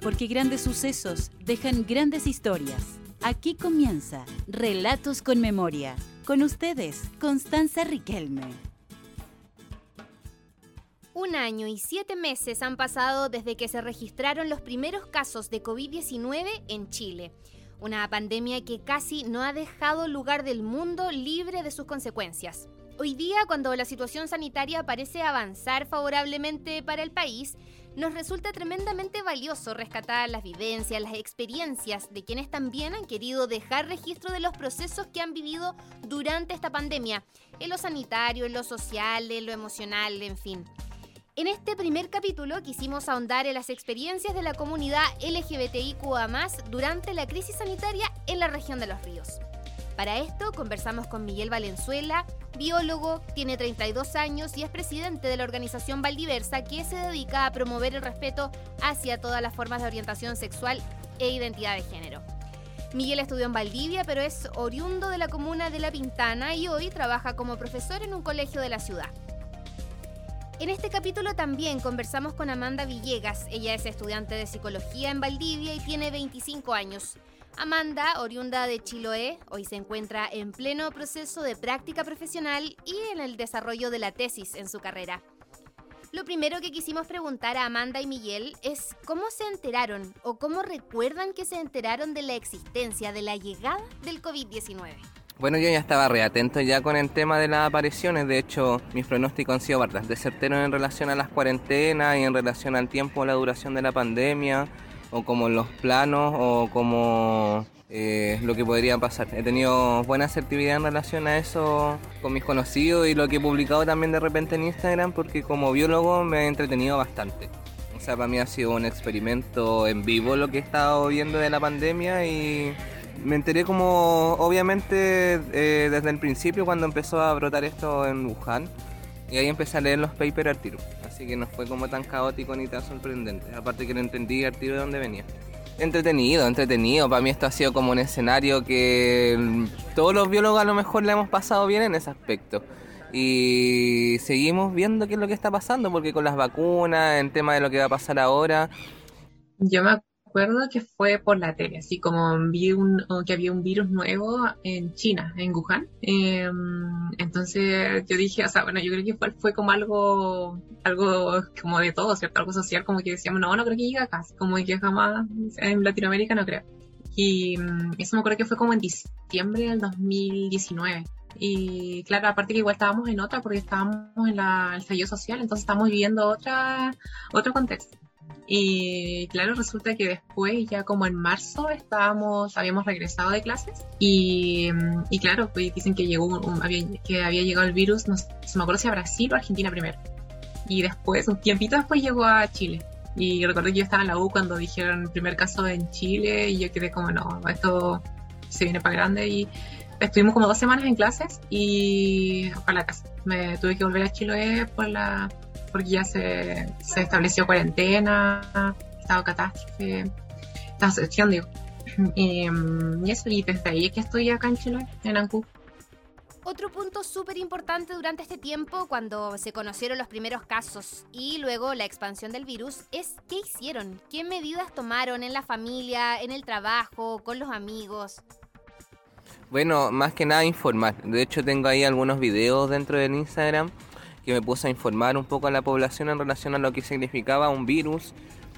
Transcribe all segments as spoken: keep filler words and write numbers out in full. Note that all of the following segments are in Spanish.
porque grandes sucesos dejan grandes historias. Aquí comienza Relatos con Memoria. Con ustedes, Constanza Riquelme. Un año y siete meses han pasado desde que se registraron los primeros casos de covid diecinueve en Chile. Una pandemia que casi no ha dejado lugar del mundo libre de sus consecuencias. Hoy día, cuando la situación sanitaria parece avanzar favorablemente para el país, nos resulta tremendamente valioso rescatar las vivencias, las experiencias de quienes también han querido dejar registro de los procesos que han vivido durante esta pandemia, en lo sanitario, en lo social, en lo emocional, en fin. En este primer capítulo quisimos ahondar en las experiencias de la comunidad L G B T I Q A más, durante la crisis sanitaria en la región de Los Ríos. Para esto conversamos con Miguel Valenzuela, biólogo, tiene treinta y dos años y es presidente de la organización Valdiversa, que se dedica a promover el respeto hacia todas las formas de orientación sexual e identidad de género. Miguel estudió en Valdivia, pero es oriundo de la comuna de La Pintana y hoy trabaja como profesor en un colegio de la ciudad. En este capítulo también conversamos con Amanda Villegas. Ella es estudiante de psicología en Valdivia y tiene veinticinco años. Amanda, oriunda de Chiloé, hoy se encuentra en pleno proceso de práctica profesional y en el desarrollo de la tesis en su carrera. Lo primero que quisimos preguntar a Amanda y Miguel es cómo se enteraron o cómo recuerdan que se enteraron de la existencia, de la llegada del covid diecinueve. Bueno, yo ya estaba reatento ya con el tema de las apariciones. De hecho, mis pronósticos han sido bastante certeros en relación a las cuarentenas y en relación al tiempo, la duración de la pandemia, o como los planos, o como eh, lo que podría pasar. He tenido buena asertividad en relación a eso con mis conocidos y lo que he publicado también de repente en Instagram, porque como biólogo me he entretenido bastante. O sea, para mí ha sido un experimento en vivo lo que he estado viendo de la pandemia y me enteré como, obviamente, eh, desde el principio cuando empezó a brotar esto en Wuhan, y ahí empecé a leer los papers al tiro, así que no fue como tan caótico ni tan sorprendente, aparte que no entendí al tiro de dónde venía. Entretenido, entretenido, para mí esto ha sido como un escenario que todos los biólogos a lo mejor le hemos pasado bien en ese aspecto, y seguimos viendo qué es lo que está pasando, porque con las vacunas, en tema de lo que va a pasar ahora. Yo me recuerdo que fue por la tele, así como vi un, que había un virus nuevo en China, en Wuhan. Eh, entonces yo dije, o sea, bueno, yo creo que fue, fue como algo, algo como de todo, ¿cierto? Algo social, como que decíamos, no, no creo que llegue acá, como que jamás en Latinoamérica no creo. Y um, eso me acuerdo que fue como en diciembre del dos mil diecinueve. Y claro, aparte que igual estábamos en otra, porque estábamos en la, el estallido social, entonces estábamos viviendo otra, otro contexto. Y claro, resulta que después, ya como en marzo, estábamos, habíamos regresado de clases y, y claro, pues dicen que llegó un, había, que había llegado el virus, no sé, no me acuerdo si a Brasil o a Argentina primero. Y después, un tiempito después llegó a Chile. Y recuerdo que yo estaba en la U cuando dijeron el primer caso en Chile y yo quedé como, no, esto se viene para grande. Y estuvimos como dos semanas en clases y para la casa. Me tuve que volver a Chile por la... porque ya se, se estableció cuarentena, estado catástrofe, estaba sección, digo. Y, y eso, y desde ahí es que estoy acá en Chile, en Ancú. Otro punto súper importante durante este tiempo, cuando se conocieron los primeros casos y luego la expansión del virus, es qué hicieron, qué medidas tomaron en la familia, en el trabajo, con los amigos. Bueno, más que nada informar. De hecho, tengo ahí algunos videos dentro del Instagram que me puse a informar un poco a la población en relación a lo que significaba un virus,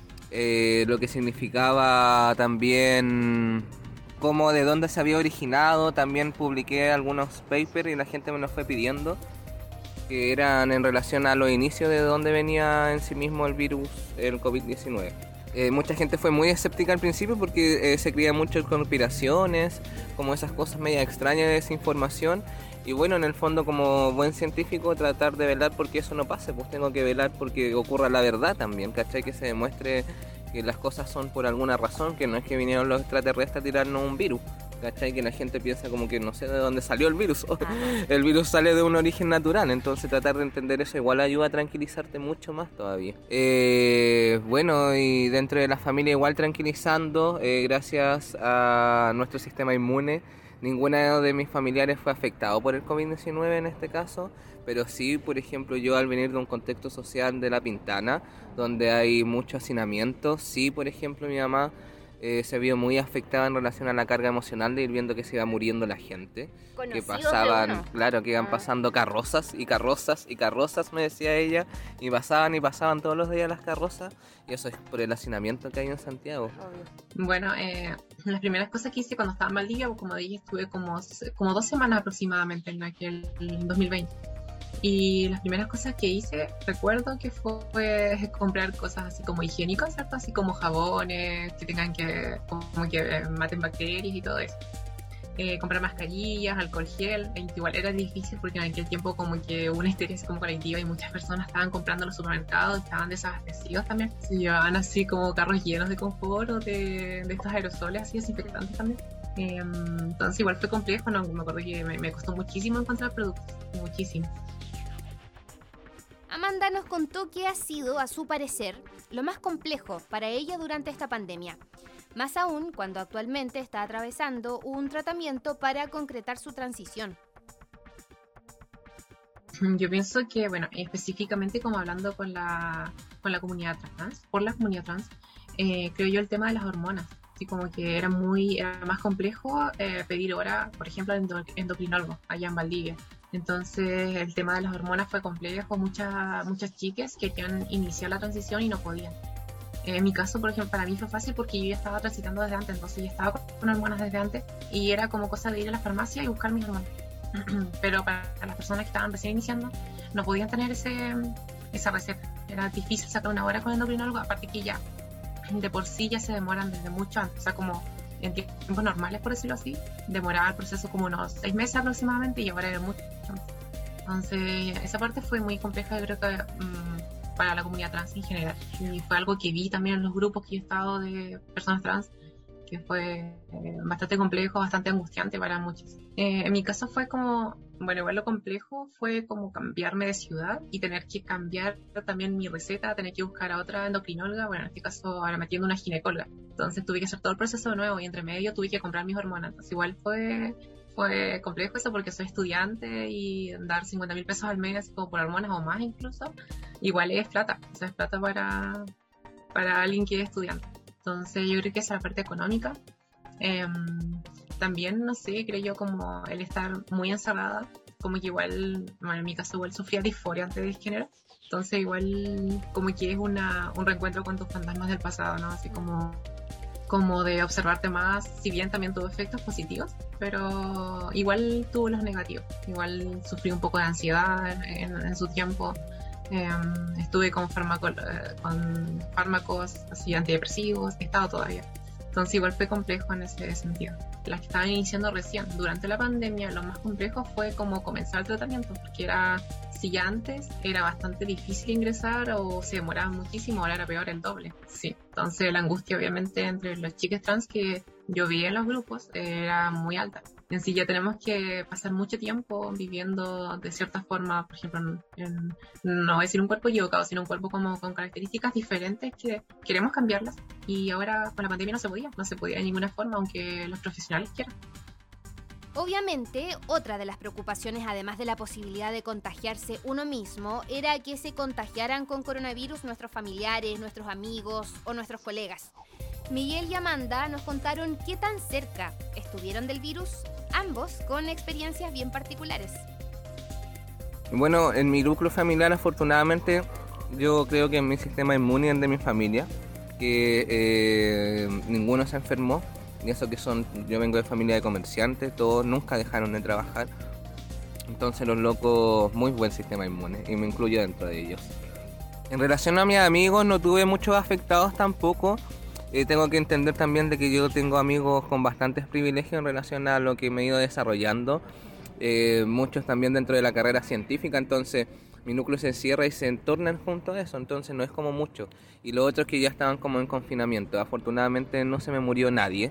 eh, lo que significaba también cómo, de dónde se había originado. También publiqué algunos papers y la gente me los fue pidiendo, que eran en relación a los inicios de dónde venía en sí mismo el virus, el covid diecinueve. Eh, mucha gente fue muy escéptica al principio porque eh, se creía mucho en conspiraciones, como esas cosas media extrañas de desinformación. Y bueno, en el fondo, como buen científico, tratar de velar porque eso no pase, pues tengo que velar porque ocurra la verdad también, ¿cachai? Que se demuestre que las cosas son por alguna razón, que no es que vinieron los extraterrestres a tirarnos un virus, ¿cachai? Que la gente piensa como que no sé de dónde salió el virus, el virus sale de un origen natural, entonces tratar de entender eso igual ayuda a tranquilizarte mucho más todavía. Eh, bueno, y dentro de la familia igual tranquilizando, eh, gracias a nuestro sistema inmune. Ninguno de mis familiares fue afectado por el covid diecinueve en este caso. pero sí, por ejemplo, yo al venir de un contexto social de La Pintana, donde hay mucho hacinamiento, sí, por ejemplo, mi mamá eh, se vio muy afectada en relación a la carga emocional de ir viendo que se iba muriendo la gente, que pasaban, claro, que iban pasando carrozas y carrozas y carrozas, me decía ella, y pasaban y pasaban todos los días las carrozas, y eso es por el hacinamiento que hay en Santiago. Obvio. Bueno, eh, las primeras cosas que hice cuando estaba en Valdivia, pues como dije, estuve como, como dos semanas aproximadamente en aquel en dos mil veinte. Y las primeras cosas que hice, recuerdo que fue comprar cosas así como higiénicas, ¿cierto? Así como jabones que tengan que, como que maten bacterias y todo eso. Eh, comprar mascarillas, alcohol gel, e igual era difícil porque en aquel tiempo como que hubo una histeria así como colectiva y muchas personas estaban comprando en los supermercados, estaban desabastecidos también. Se llevaban así como carros llenos de confort o de, de estos aerosoles así desinfectantes también. Eh, entonces igual fue complejo, no, me acuerdo que me, me costó muchísimo encontrar productos, muchísimo. Amanda nos contó qué ha sido, a su parecer, lo más complejo para ella durante esta pandemia. Más aún cuando actualmente está atravesando un tratamiento para concretar su transición. Yo pienso que, bueno, específicamente como hablando con la, con la comunidad trans, por la comunidad trans, eh, creo yo el tema de las hormonas. Así como que era muy era más complejo eh, pedir hora, por ejemplo, en endocrinólogo, allá en Valdivia. Entonces el tema de las hormonas fue complejo, muchas muchas chicas querían iniciar la transición y no podían. En mi caso, por ejemplo, para mí fue fácil porque yo ya estaba transitando desde antes, entonces ya estaba con hormonas desde antes y era como cosa de ir a la farmacia y buscar mis hormonas. Pero para las personas que estaban recién iniciando no podían tener ese esa receta. Era difícil sacar una hora con el endocrinólogo, aparte que ya de por sí ya se demoran desde mucho antes, o sea, como en tiempos normales, por decirlo así, demoraba el proceso como unos seis meses aproximadamente y ahora era mucho antes. Entonces, esa parte fue muy compleja, yo creo que um, para la comunidad trans en general. Y fue algo que vi también en los grupos que yo he estado de personas trans, que fue eh, bastante complejo, bastante angustiante para muchos. Eh, en mi caso fue como, bueno, igual lo complejo fue como cambiarme de ciudad y tener que cambiar también mi receta, tener que buscar a otra endocrinóloga, bueno, en este caso ahora metiendo una ginecóloga. Entonces tuve que hacer todo el proceso de nuevo y entre medio tuve que comprar mis hormonas. Entonces igual fue, fue complejo eso porque soy estudiante y dar cincuenta mil pesos al mes como por hormonas o más incluso, igual es plata, o sea, es plata para, para alguien que es estudiante. Entonces yo creo que esa es la parte económica. Eh, también, no sé, creo yo como el estar muy encerrada, como que igual, bueno, en mi caso igual sufría disforia antes de género, entonces igual como que es una, un reencuentro con tus fantasmas del pasado, ¿no? Así como, como de observarte más, si bien también tuvo efectos positivos, pero igual tuvo los negativos. Igual sufrí un poco de ansiedad en, en, en su tiempo. Eh, estuve con, fármaco, eh, con fármacos así antidepresivos, he estado todavía. Entonces igual fue complejo en ese sentido. Las que estaban iniciando recién durante la pandemia, lo más complejo fue como comenzar el tratamiento, porque era, si ya antes era bastante difícil ingresar o se demoraba muchísimo, ahora era peor el doble. Sí, entonces la angustia obviamente entre las chicas trans que yo vi en los grupos era muy alta. En sí ya tenemos que pasar mucho tiempo viviendo de cierta forma, por ejemplo, en, en, no voy a decir un cuerpo equivocado, sino un cuerpo como con características diferentes que queremos cambiarlas y ahora con la pandemia no se podía, no se podía de ninguna forma, aunque los profesionales quieran. Obviamente, otra de las preocupaciones, además de la posibilidad de contagiarse uno mismo, era que se contagiaran con coronavirus nuestros familiares, nuestros amigos o nuestros colegas. Miguel y Amanda nos contaron qué tan cerca estuvieron del virus, ambos con experiencias bien particulares. Bueno, en mi núcleo familiar, afortunadamente, yo creo que en mi sistema inmune es de mi familia, que eh, ninguno se enfermó, y eso que son, yo vengo de familia de comerciantes, todos nunca dejaron de trabajar, entonces los locos, muy buen sistema inmune, y me incluyo dentro de ellos. En relación a mis amigos, no tuve muchos afectados tampoco. Eh, tengo que entender también de que yo tengo amigos con bastantes privilegios en relación a lo que me he ido desarrollando, eh, muchos también dentro de la carrera científica, entonces mi núcleo se cierra y se entornan junto a eso, entonces no es como mucho. Y los otros que ya estaban como en confinamiento, afortunadamente no se me murió nadie,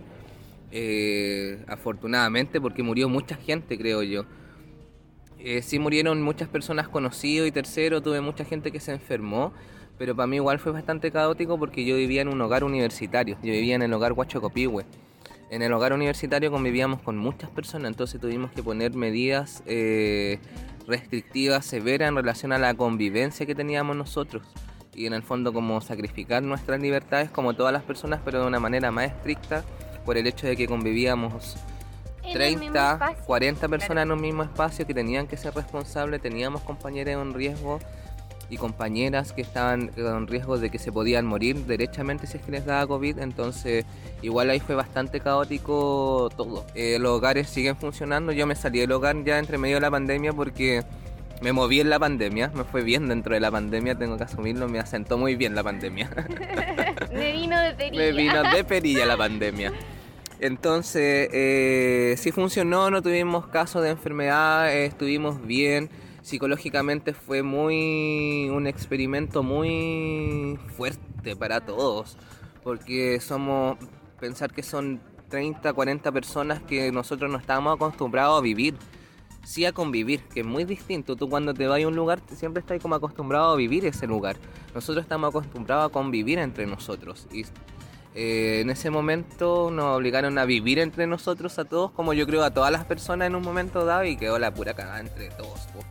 eh, afortunadamente, porque murió mucha gente, creo yo. Eh, sí murieron muchas personas conocidas y tercero, tuve mucha gente que se enfermó, pero para mí igual fue bastante caótico porque yo vivía en un hogar universitario, yo vivía en el hogar Huacho Copihue. En el hogar universitario convivíamos con muchas personas, entonces tuvimos que poner medidas eh, restrictivas, severas en relación a la convivencia que teníamos nosotros. Y en el fondo como sacrificar nuestras libertades como todas las personas, pero de una manera más estricta, por el hecho de que convivíamos treinta, cuarenta personas en un mismo espacio que tenían que ser responsables, teníamos compañeros en riesgo y compañeras que estaban en riesgo de que se podían morir derechamente si es que les daba COVID, entonces igual ahí fue bastante caótico todo. Eh, los hogares siguen funcionando, yo me salí del hogar ya entre medio de la pandemia porque me moví en la pandemia, me fue bien dentro de la pandemia, tengo que asumirlo, me asentó muy bien la pandemia. Me vino de perilla. Me vino de perilla la pandemia. Entonces, eh, sí funcionó, no tuvimos casos de enfermedad, eh, estuvimos bien. Psicológicamente fue muy un experimento muy fuerte para todos, porque somos, pensar que son treinta, cuarenta personas que nosotros no estábamos acostumbrados a vivir, sí a convivir, que es muy distinto. Tú cuando te vas a un lugar siempre estás como acostumbrado a vivir ese lugar. Nosotros estamos acostumbrados a convivir entre nosotros y eh, en ese momento nos obligaron a vivir entre nosotros a todos, como yo creo a todas las personas en un momento dado, y quedó la pura cagada entre todos, pues.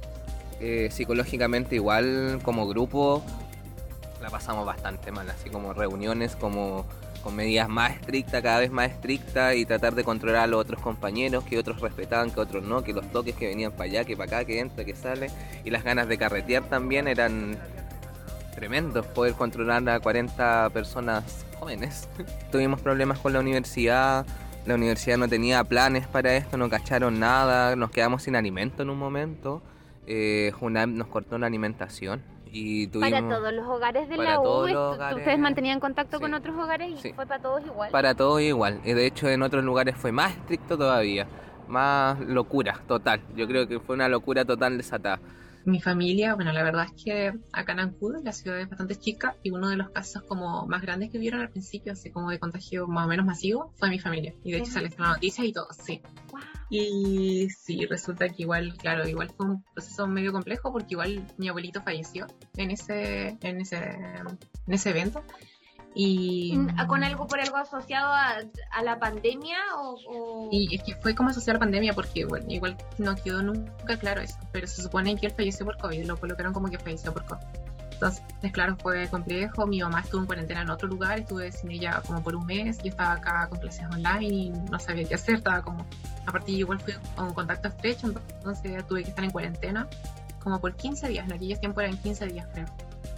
Eh, psicológicamente igual como grupo la pasamos bastante mal, así como reuniones como con medidas más estrictas, cada vez más estrictas, y tratar de controlar a los otros compañeros, que otros respetaban, que otros no, que los toques que venían para allá, que para acá, que entra, que sale, y las ganas de carretear también eran tremendos, poder controlar a cuarenta personas jóvenes. Tuvimos problemas con la universidad, la universidad no tenía planes para esto, no cacharon nada, nos quedamos sin alimento en un momento. Eh, Junam nos cortó la alimentación y tuvimos... Para todos los hogares de para la U, todos esto- los hogares, ustedes mantenían contacto sí. con otros hogares y Sí. fue para todos igual. Para todos igual, y de hecho en otros lugares fue más estricto todavía, más locura total, yo creo que fue una locura total desatada. Mi familia, bueno, la verdad es que acá en Ancud, la ciudad es bastante chica, y uno de los casos como más grandes que vieron al principio, así como de contagio más o menos masivo, fue mi familia. Y de hecho sale en la noticia y todo, sí. Wow. Y sí, resulta que igual, claro, igual fue un proceso medio complejo porque igual mi abuelito falleció en ese, en ese, en ese evento. Y, ¿Con algo por algo asociado a, a la pandemia o...? o... y es que fue como asociado a la pandemia porque, bueno, igual no quedó nunca claro eso, pero se supone que él falleció por COVID, lo colocaron como que falleció por COVID. Entonces, claro, fue complejo. Mi mamá estuvo en cuarentena en otro lugar, estuve sin ella como por un mes, yo estaba acá con clases online y no sabía qué hacer, estaba como... Aparte yo igual fui a un contacto estrecho, entonces tuve que estar en cuarentena como por quince días, en aquellos tiempos eran quince días creo.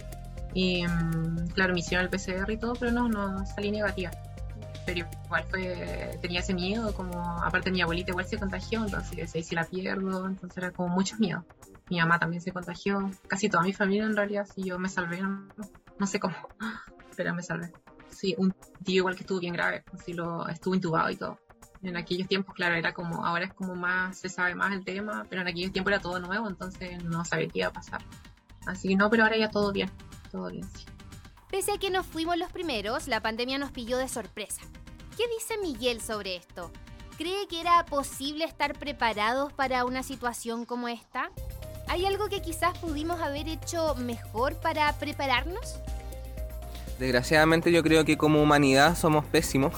Y claro, me hicieron el P C R y todo, pero no, no salí negativa. Pero igual fue, tenía ese miedo, como aparte mi abuelita igual se contagió, entonces si la pierdo, entonces era como mucho miedo. Mi mamá también se contagió, casi toda mi familia en realidad, sí, yo me salvé, no, no sé cómo, pero me salvé. Sí, un tío igual que estuvo bien grave, así lo estuvo intubado y todo. En aquellos tiempos, claro, era como, ahora es como más, se sabe más el tema, pero en aquellos tiempos era todo nuevo, entonces no sabía qué iba a pasar. Así que no, pero ahora ya todo bien, todo bien, sí. Pese a que no fuimos los primeros, la pandemia nos pilló de sorpresa. ¿Qué dice Miguel sobre esto? ¿Cree que era posible estar preparados para una situación como esta? ¿Hay algo que quizás pudimos haber hecho mejor para prepararnos? Desgraciadamente yo creo que como humanidad somos pésimos.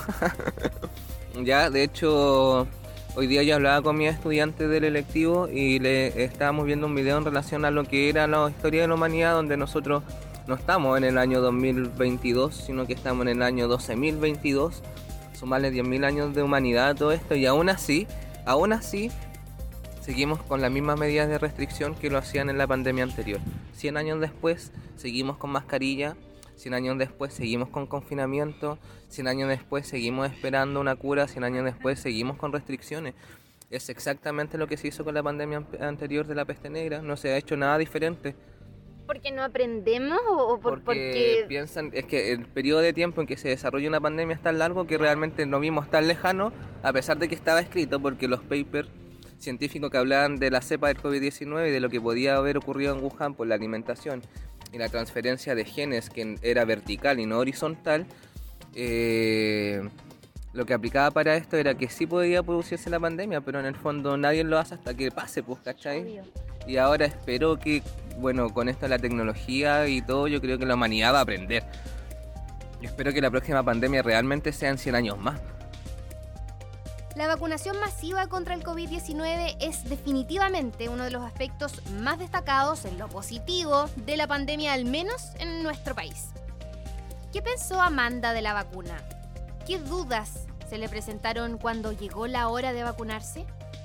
Ya, de hecho, hoy día yo hablaba con mis estudiantes del electivo y le estábamos viendo un video en relación a lo que era la historia de la humanidad, donde nosotros no estamos en el año dos mil veintidós, sino que estamos en el año doce mil veintidós, sumarle diez mil años de humanidad a todo esto, y aún así, aún así, seguimos con las mismas medidas de restricción que lo hacían en la pandemia anterior. cien años después, seguimos con mascarilla, cien años después seguimos con confinamiento, cien años después seguimos esperando una cura, cien años después seguimos con restricciones. Es exactamente lo que se hizo con la pandemia anterior de la peste negra, no se ha hecho nada diferente. ¿Porque no aprendemos o por, porque, porque piensan, es que el periodo de tiempo en que se desarrolla una pandemia es tan largo que realmente no vimos tan lejano, a pesar de que estaba escrito, porque los papers científicos que hablaban de la cepa del COVID diecinueve y de lo que podía haber ocurrido en Wuhan por la alimentación y la transferencia de genes que era vertical y no horizontal, eh, lo que aplicaba para esto era que sí podía producirse la pandemia, pero en el fondo nadie lo hace hasta que pase, pues, ¿cachai? Obvio. Y ahora espero que, bueno, con esto de la tecnología y todo, yo creo que la humanidad va a aprender. Yo espero que la próxima pandemia realmente sea en cien años más. La vacunación masiva contra el covid diecinueve es definitivamente uno de los aspectos más destacados en lo positivo de la pandemia, al menos en nuestro país. ¿Qué pensó Amanda de la vacuna? ¿Qué dudas se le presentaron cuando llegó la hora de vacunarse?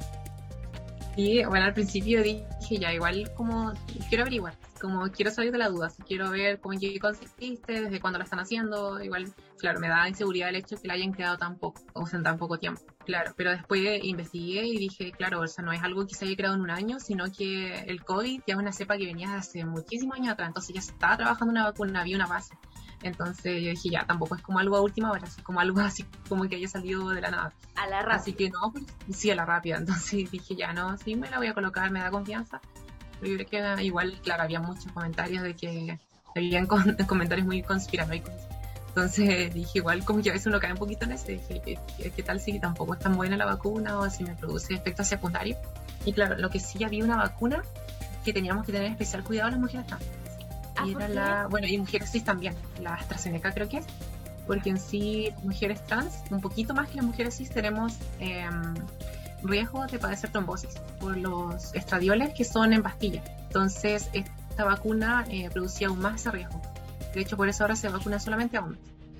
Sí, bueno, al principio dije ya, igual como quiero averiguar, como quiero salir de la duda, quiero ver cómo en qué consiste, desde cuándo la están haciendo, igual, claro, me da inseguridad el hecho de que la hayan creado tan poco, o sea, en tan poco tiempo, claro, pero después investigué y dije, claro, o sea, no es algo que se haya creado en un año, sino que el COVID ya es una cepa que venía hace muchísimos años atrás, entonces ya se estaba trabajando una vacuna, había una base. Entonces yo dije, ya, tampoco es como algo a última hora, es como algo así como que haya salido de la nada. A la rápida. Así que no, pues, sí, a la rápida. Entonces dije, ya, no, sí, me la voy a colocar, me da confianza. Pero yo creo que igual, claro, había muchos comentarios de que habían con, comentarios muy conspiranoicos. Entonces dije, igual, como que a veces uno cae un poquito en eso, dije, ¿qué, qué, qué tal si tampoco es tan buena la vacuna o si me produce efectos secundarios? Y claro, lo que sí había una vacuna que teníamos que tener especial cuidado las mujeres trans. Y era la, bueno, y mujeres cis también, la AstraZeneca creo que es, porque en sí mujeres trans, un poquito más que las mujeres cis, tenemos eh, riesgo de padecer trombosis por los estradioles que son en pastillas. Entonces esta vacuna eh, producía aún más ese riesgo. De hecho, por eso ahora se vacuna solamente a hombres.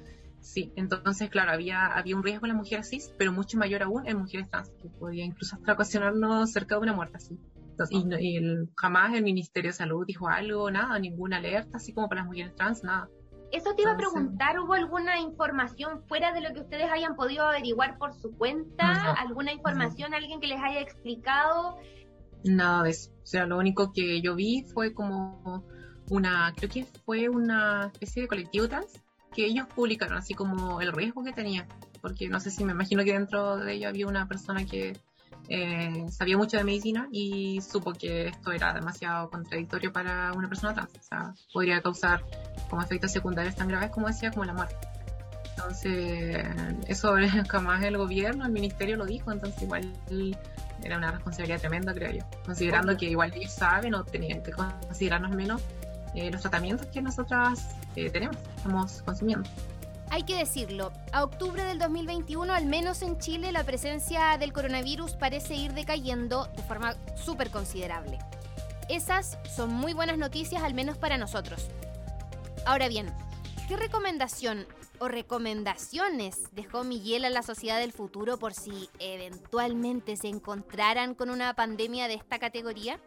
Sí, entonces claro, había, había un riesgo en las mujeres cis, pero mucho mayor aún en mujeres trans, que podía incluso hasta ocasionarnos cerca de una muerte así. Entonces, y, y el, jamás el Ministerio de Salud dijo algo, nada, ninguna alerta, así como para las mujeres trans, nada. Eso te iba a preguntar, ¿hubo alguna información fuera de lo que ustedes hayan podido averiguar por su cuenta? No, ¿alguna información, no. alguien que les haya explicado? Nada de eso, o sea, lo único que yo vi fue como una, creo que fue una especie de colectivo trans, que ellos publicaron así como el riesgo que tenía, porque no sé si me imagino que dentro de ello había una persona que Eh, sabía mucho de medicina y supo que esto era demasiado contradictorio para una persona trans, o sea, podría causar como efectos secundarios tan graves como decía, como la muerte. Entonces, eso jamás el gobierno, el ministerio lo dijo, entonces igual era una responsabilidad tremenda, creo yo, considerando okay. que igual ellos saben o tenían que considerarnos menos eh, los tratamientos que nosotras eh, tenemos, estamos consumiendo. Hay que decirlo, a octubre del dos mil veintiuno, al menos en Chile, la presencia del coronavirus parece ir decayendo de forma súper considerable. Esas son muy buenas noticias, al menos para nosotros. Ahora bien, ¿qué recomendación o recomendaciones dejó Miguel a la sociedad del futuro por si eventualmente se encontraran con una pandemia de esta categoría?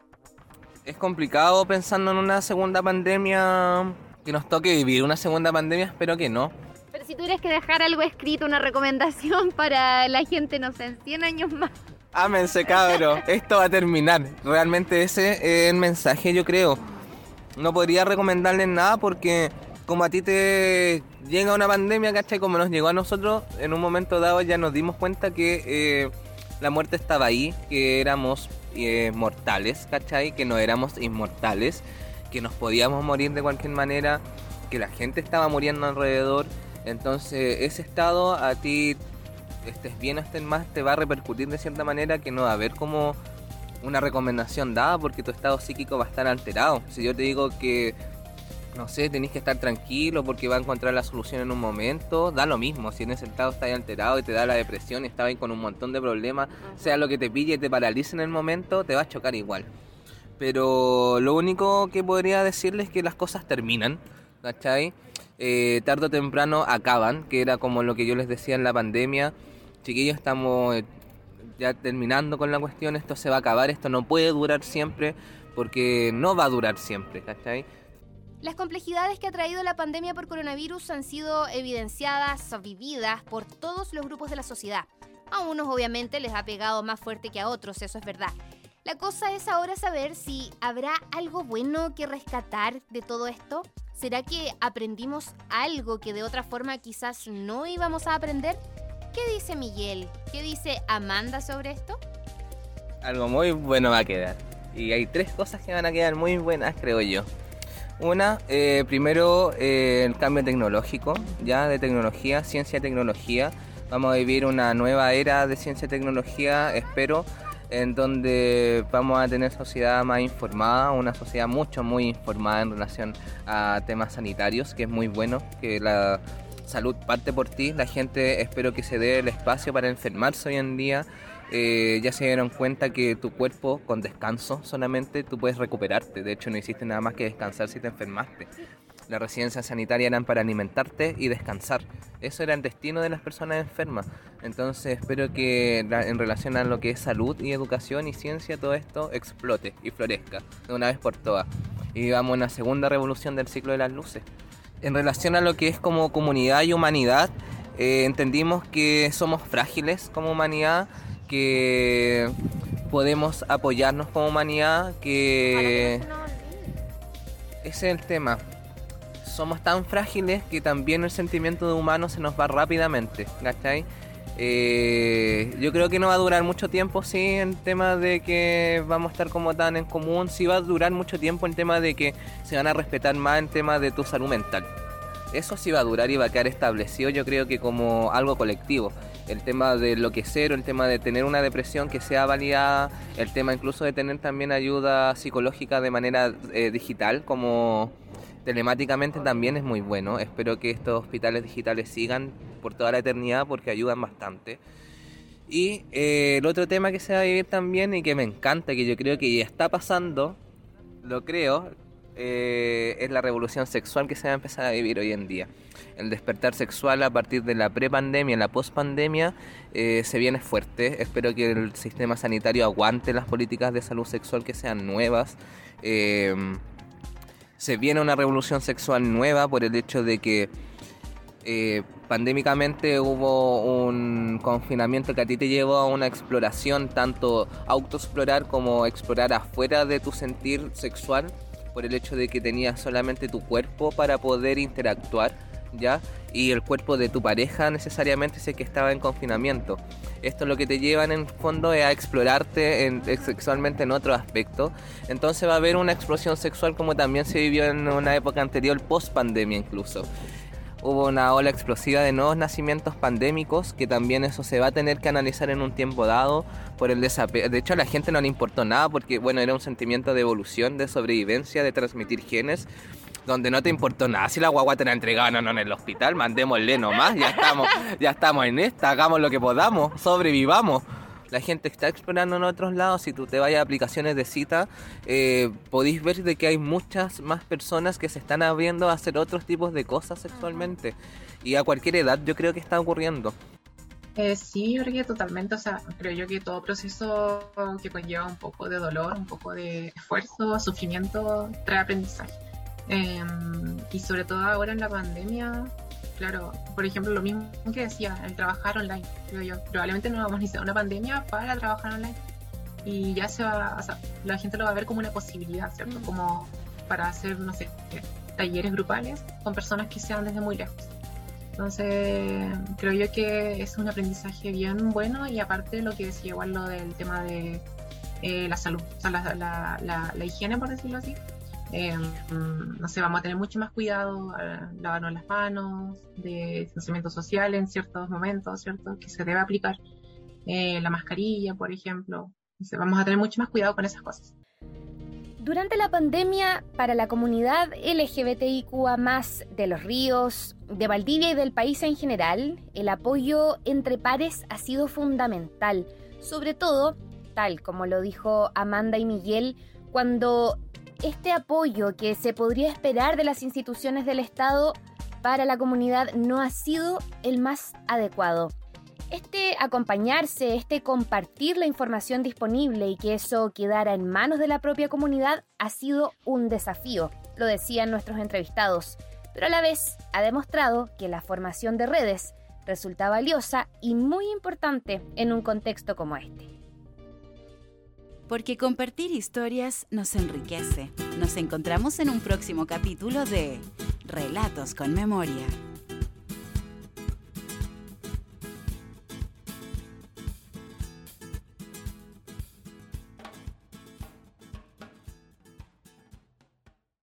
Es complicado pensando en una segunda pandemia, que nos toque vivir una segunda pandemia, espero que no. Pero si tuvieras que dejar algo escrito, una recomendación para la gente, no sé, en cien años más. Ámense, cabro, esto va a terminar. Realmente ese es el mensaje, yo creo. No podría recomendarles nada porque como a ti te llega una pandemia, ¿cachai? Como nos llegó a nosotros, en un momento dado ya nos dimos cuenta que eh, la muerte estaba ahí, que éramos eh, mortales, ¿cachai? Que no éramos inmortales, que nos podíamos morir de cualquier manera, que la gente estaba muriendo alrededor. Entonces ese estado a ti, estés bien o estés mal, te va a repercutir de cierta manera, que no va a haber como una recomendación dada porque tu estado psíquico va a estar alterado. Si yo te digo que, no sé, tenés que estar tranquilo porque va a encontrar la solución en un momento, da lo mismo. Si en ese estado estás alterado y te da la depresión y estás ahí con un montón de problemas, sea lo que te pille y te paralice en el momento, te va a chocar igual. Pero lo único que podría decirles es que las cosas terminan, ¿cachai? Eh, tarde o temprano acaban, que era como lo que yo les decía en la pandemia. Chiquillos, estamos eh, ya terminando con la cuestión, esto se va a acabar, esto no puede durar siempre, porque no va a durar siempre, ¿cachai? Las complejidades que ha traído la pandemia por coronavirus han sido evidenciadas o vividas por todos los grupos de la sociedad. A unos obviamente les ha pegado más fuerte que a otros, eso es verdad. La cosa es ahora saber si habrá algo bueno que rescatar de todo esto. ¿Será que aprendimos algo que de otra forma quizás no íbamos a aprender? ¿Qué dice Miguel? ¿Qué dice Amanda sobre esto? Algo muy bueno va a quedar. Y hay tres cosas que van a quedar muy buenas, creo yo. Una, eh, primero, eh, el cambio tecnológico, ya de tecnología, ciencia y tecnología. Vamos a vivir una nueva era de ciencia y tecnología, espero, en donde vamos a tener sociedad más informada, una sociedad mucho, muy informada en relación a temas sanitarios, que es muy bueno, que la salud parte por ti. La gente espero que se dé el espacio para enfermarse hoy en día. Eh, ya se dieron cuenta que tu cuerpo, con descanso solamente, tú puedes recuperarte. De hecho, no hiciste nada más que descansar si te enfermaste. Las residencias sanitarias eran para alimentarte y descansar. Eso era el destino de las personas enfermas. Entonces espero que la, en relación a lo que es salud y educación y ciencia, todo esto explote y florezca de una vez por todas. Y vivamos una segunda revolución del ciclo de las luces. En relación a lo que es como comunidad y humanidad, eh, entendimos que somos frágiles como humanidad, que podemos apoyarnos como humanidad, que ese es el tema. Somos tan frágiles que también el sentimiento de humano se nos va rápidamente, ¿cachai? Eh, yo creo que no va a durar mucho tiempo, sí, en tema de que vamos a estar como tan en común. Sí va a durar mucho tiempo en tema de que se van a respetar más en tema de tu salud mental. Eso sí va a durar y va a quedar establecido, yo creo que como algo colectivo. El tema de enloquecer, el tema de tener una depresión que sea validada, el tema incluso de tener también ayuda psicológica de manera eh, digital, como telemáticamente, también es muy bueno. Espero que estos hospitales digitales sigan por toda la eternidad porque ayudan bastante. Y eh, el otro tema que se va a vivir también y que me encanta, que yo creo que ya está pasando, lo creo, eh, es la revolución sexual que se va a empezar a vivir hoy en día. El despertar sexual a partir de la prepandemia, la pospandemia, eh, se viene fuerte. Espero que el sistema sanitario aguante las políticas de salud sexual que sean nuevas. Eh, se viene una revolución sexual nueva por el hecho de que eh, pandémicamente hubo un confinamiento que a ti te llevó a una exploración, tanto autoexplorar como explorar afuera de tu sentir sexual, por el hecho de que tenías solamente tu cuerpo para poder interactuar, ¿ya? Y el cuerpo de tu pareja necesariamente es el que estaba en confinamiento. Esto lo que te lleva en el fondo es a explorarte en, sexualmente en otro aspecto. Entonces va a haber una explosión sexual como también se vivió en una época anterior, post pandemia incluso. Hubo una ola explosiva de nuevos nacimientos pandémicos, que también eso se va a tener que analizar en un tiempo dado por el desapego. De hecho, a la gente no le importó nada porque, bueno, era un sentimiento de evolución, de sobrevivencia, de transmitir genes, donde no te importó nada. Si la guagua te la entregaban o no en el hospital, mandémosle nomás, ya estamos, ya estamos en esta, hagamos lo que podamos, sobrevivamos. La gente está explorando en otros lados. Si tú te vayas a aplicaciones de cita, eh, podéis ver de que hay muchas más personas que se están abriendo a hacer otros tipos de cosas sexualmente. Y a cualquier edad yo creo que está ocurriendo. Eh, sí, yo creo que totalmente. O sea, creo yo que todo proceso que conlleva un poco de dolor, un poco de esfuerzo, sufrimiento, trae aprendizaje. Eh, y sobre todo ahora en la pandemia, claro, por ejemplo, lo mismo que decía, el trabajar online, creo yo. Probablemente no vamos a necesitar una pandemia para trabajar online. Y ya se va, o sea, la gente lo va a ver como una posibilidad, ¿cierto? Como para hacer, no sé, talleres grupales con personas que sean desde muy lejos. Entonces, creo yo que es un aprendizaje bien bueno. Y aparte lo que decía igual, lo del tema de eh, la salud, o sea, la, la, la, la higiene, por decirlo así. Eh, no sé, vamos a tener mucho más cuidado, a lavarnos las manos, de distanciamiento social en ciertos momentos, ¿cierto? Que se debe aplicar. Eh, la mascarilla, por ejemplo. Entonces, vamos a tener mucho más cuidado con esas cosas. Durante la pandemia, para la comunidad L G B T I Q A más, de Los Ríos, de Valdivia y del país en general, el apoyo entre pares ha sido fundamental. Sobre todo, tal como lo dijo Amanda y Miguel, cuando este apoyo que se podría esperar de las instituciones del Estado para la comunidad no ha sido el más adecuado. Este acompañarse, este compartir la información disponible y que eso quedara en manos de la propia comunidad ha sido un desafío, lo decían nuestros entrevistados, pero a la vez ha demostrado que la formación de redes resulta valiosa y muy importante en un contexto como este. Porque compartir historias nos enriquece. Nos encontramos en un próximo capítulo de Relatos con Memoria.